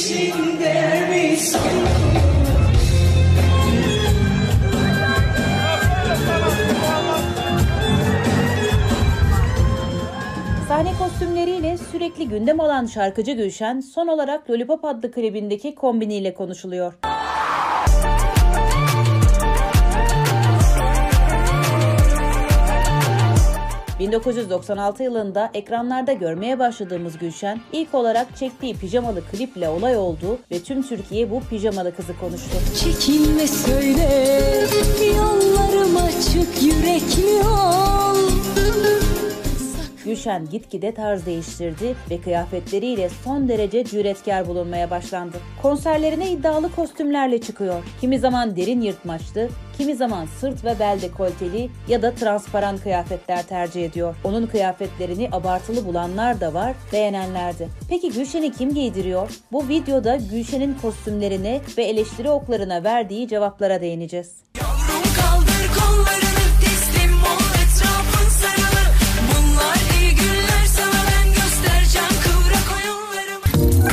için değermiş. Sahne kostümleriyle sürekli gündem alan şarkıcı Gülşen, son olarak Lollipop adlı klibindeki kombiniyle konuşuluyor. ...1996 yılında ekranlarda görmeye başladığımız Gülşen, ilk olarak çektiği pijamalı kliple olay oldu ve tüm Türkiye bu pijamalı kızı konuştu. Çekinme söyle, yollarım açık, yürekli ol. Gülşen gitgide tarz değiştirdi ve kıyafetleriyle son derece cüretkar bulunmaya başlandı. Konserlerine iddialı kostümlerle çıkıyor. Kimi zaman derin yırtmaçlı, kimi zaman sırt ve bel dekolteli ya da transparan kıyafetler tercih ediyor. Onun kıyafetlerini abartılı bulanlar da var, beğenenler de. Peki Gülşen'i kim giydiriyor? Bu videoda Gülşen'in kostümlerine ve eleştiri oklarına verdiği cevaplara değineceğiz. Yavrum kaldır kollarını, teslim ol, etrafın sarılı. Bunlar iyi günler, sana ben göstereceğim kıvrak oyunlarımı.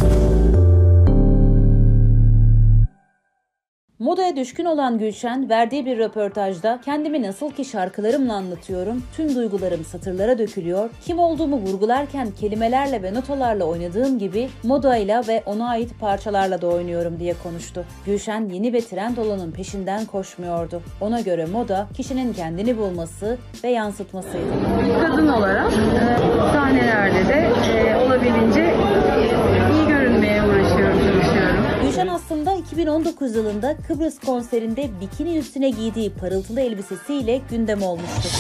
Modaya düşkün olan Gülşen, verdiği bir röportajda "Kendimi nasıl ki şarkılarımla anlatıyorum, tüm duygularım satırlara dökülüyor, kim olduğumu vurgularken kelimelerle ve notalarla oynadığım gibi modayla ve ona ait parçalarla da oynuyorum" diye konuştu. Gülşen yeni ve trend olanın peşinden koşmuyordu. Ona göre moda, kişinin kendini bulması ve yansıtmasıydı. Kadın olarak sahnelerde de olabildiğince iyi görünmeye uğraşıyorum, çalışıyorum. Gülşen aslında 2019 yılında Kıbrıs konserinde bikini üstüne giydiği parıltılı elbisesiyle gündem olmuştu.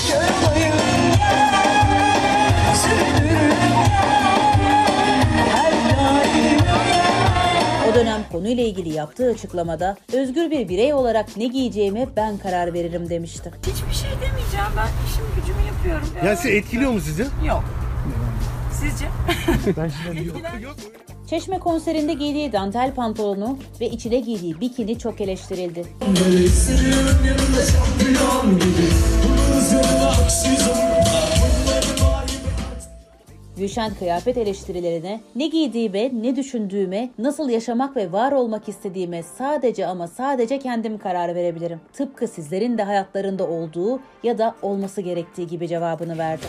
O dönem konuyla ilgili yaptığı açıklamada özgür bir birey olarak ne giyeceğime ben karar veririm demişti. Hiçbir şey demeyeceğim, ben işim gücümü yapıyorum. Ya sizi etkiliyor mu sizi? Yok. Sizce? Çeşme konserinde giydiği dantel pantolonu ve içine giydiği bikini çok eleştirildi. Gülşen kıyafet eleştirilerine ne giydiğime, ne düşündüğüme, nasıl yaşamak ve var olmak istediğime sadece ama sadece kendim karar verebilirim. Tıpkı sizlerin de hayatlarında olduğu ya da olması gerektiği gibi cevabını verdi.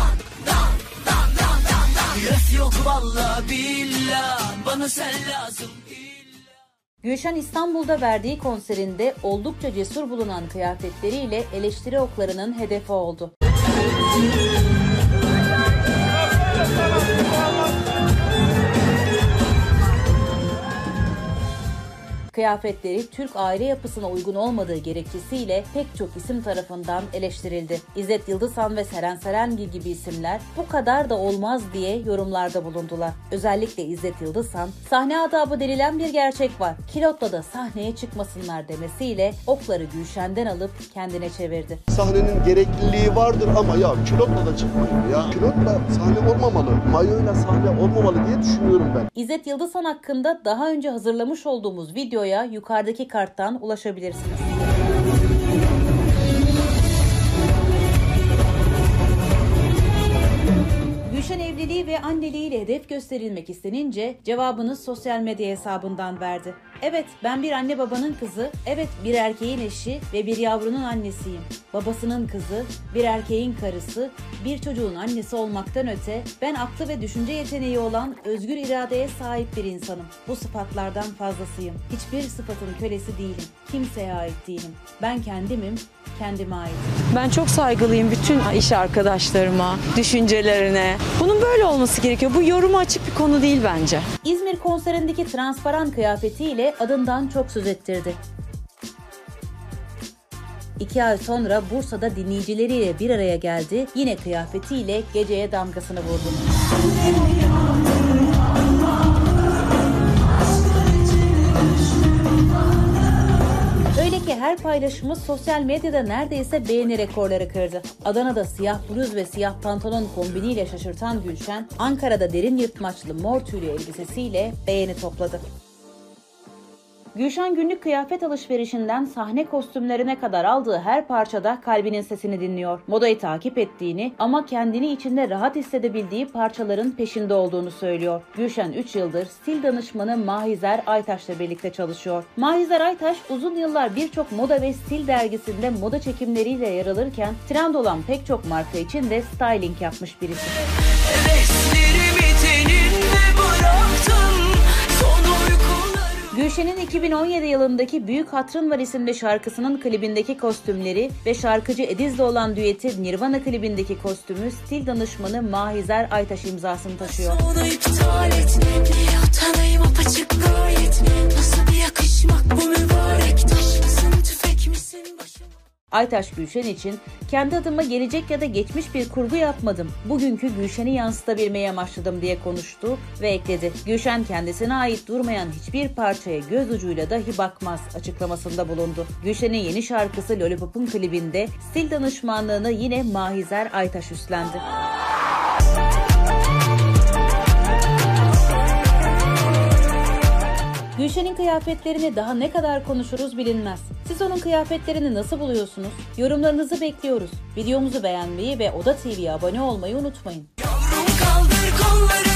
Yok vallahi billah, bana sen lazım. Gülşen İstanbul'da verdiği konserinde oldukça cesur bulunan kıyafetleriyle eleştiri oklarının hedefi oldu. Kıyafetleri Türk aile yapısına uygun olmadığı gerekçesiyle pek çok isim tarafından eleştirildi. İzzet Yıldızhan ve Seren Serengil gibi isimler bu kadar da olmaz diye yorumlarda bulundular. Özellikle İzzet Yıldızhan, sahne adabı denilen bir gerçek var, kilotla da sahneye çıkmasınlar demesiyle okları Gülşen'den alıp kendine çevirdi. Sahnenin gerekliliği vardır ama ya kilotla da çıkmayın ya. Kilotla sahne olmamalı, mayoyla sahne olmamalı diye düşünüyorum ben. İzzet Yıldızhan hakkında daha önce hazırlamış olduğumuz videoya yukarıdaki karttan ulaşabilirsiniz. Gülşen evliliği ve anneliğiyle hedef gösterilmek istenince cevabını sosyal medya hesabından verdi. Evet, ben bir anne babanın kızı, evet bir erkeğin eşi ve bir yavrunun annesiyim. Babasının kızı, bir erkeğin karısı, bir çocuğun annesi olmaktan öte ben aklı ve düşünce yeteneği olan özgür iradeye sahip bir insanım. Bu sıfatlardan fazlasıyım. Hiçbir sıfatın kölesi değilim. Kimseye ait değilim. Ben kendimim, kendime ait. Ben çok saygılıyım bütün iş arkadaşlarıma, düşüncelerine. Bunun böyle olması gerekiyor. Bu yoruma açık bir konu değil bence. İzmir konserindeki transparan kıyafetiyle adından çok söz ettirdi. 2 ay sonra Bursa'da dinleyicileriyle bir araya geldi, yine kıyafetiyle geceye damgasını vurdu. Öyle ki her paylaşımı sosyal medyada neredeyse beğeni rekorları kırdı. Adana'da siyah bluz ve siyah pantolon kombiniyle şaşırtan Gülşen, Ankara'da derin yırtmaçlı mor tüylü elbisesiyle beğeni topladı. Gülşen günlük kıyafet alışverişinden sahne kostümlerine kadar aldığı her parçada kalbinin sesini dinliyor. Modayı takip ettiğini ama kendini içinde rahat hissedebildiği parçaların peşinde olduğunu söylüyor. Gülşen 3 yıldır stil danışmanı Mahizer Aytaş'la birlikte çalışıyor. Mahizer Aytaş uzun yıllar birçok moda ve stil dergisinde moda çekimleriyle yer alırken trend olan pek çok marka için de styling yapmış birisi. Reslerimi teninde bıraktım son uykularım. Gülşen'in 2017 yılındaki Büyük Hatırın Var isimli şarkısının klibindeki kostümleri ve şarkıcı Ediz'le olan düeti Nirvana klibindeki kostümü stil danışmanı Mahizer Aytaş imzasını taşıyor. Onu iptal et. Niye utanayım apaçık gayet. Nasıl bir yakışmak bu mübarek. Taş mısın tüfek misin başıma. Aytaş Gülşen için kendi adıma gelecek ya da geçmiş bir kurgu yapmadım. Bugünkü Gülşen'i yansıtabilmeye amaçladım diye konuştu ve ekledi. Gülşen kendisine ait durmayan hiçbir parçaya göz ucuyla dahi bakmaz açıklamasında bulundu. Gülşen'in yeni şarkısı Lollipop'un klibinde stil danışmanlığını yine Mahizer Aytaş üstlendi. Gülşen'in kıyafetlerini daha ne kadar konuşuruz bilinmez. Siz onun kıyafetlerini nasıl buluyorsunuz? Yorumlarınızı bekliyoruz. Videomuzu beğenmeyi ve Oda TV'ye abone olmayı unutmayın. Yavrum kaldır kolları.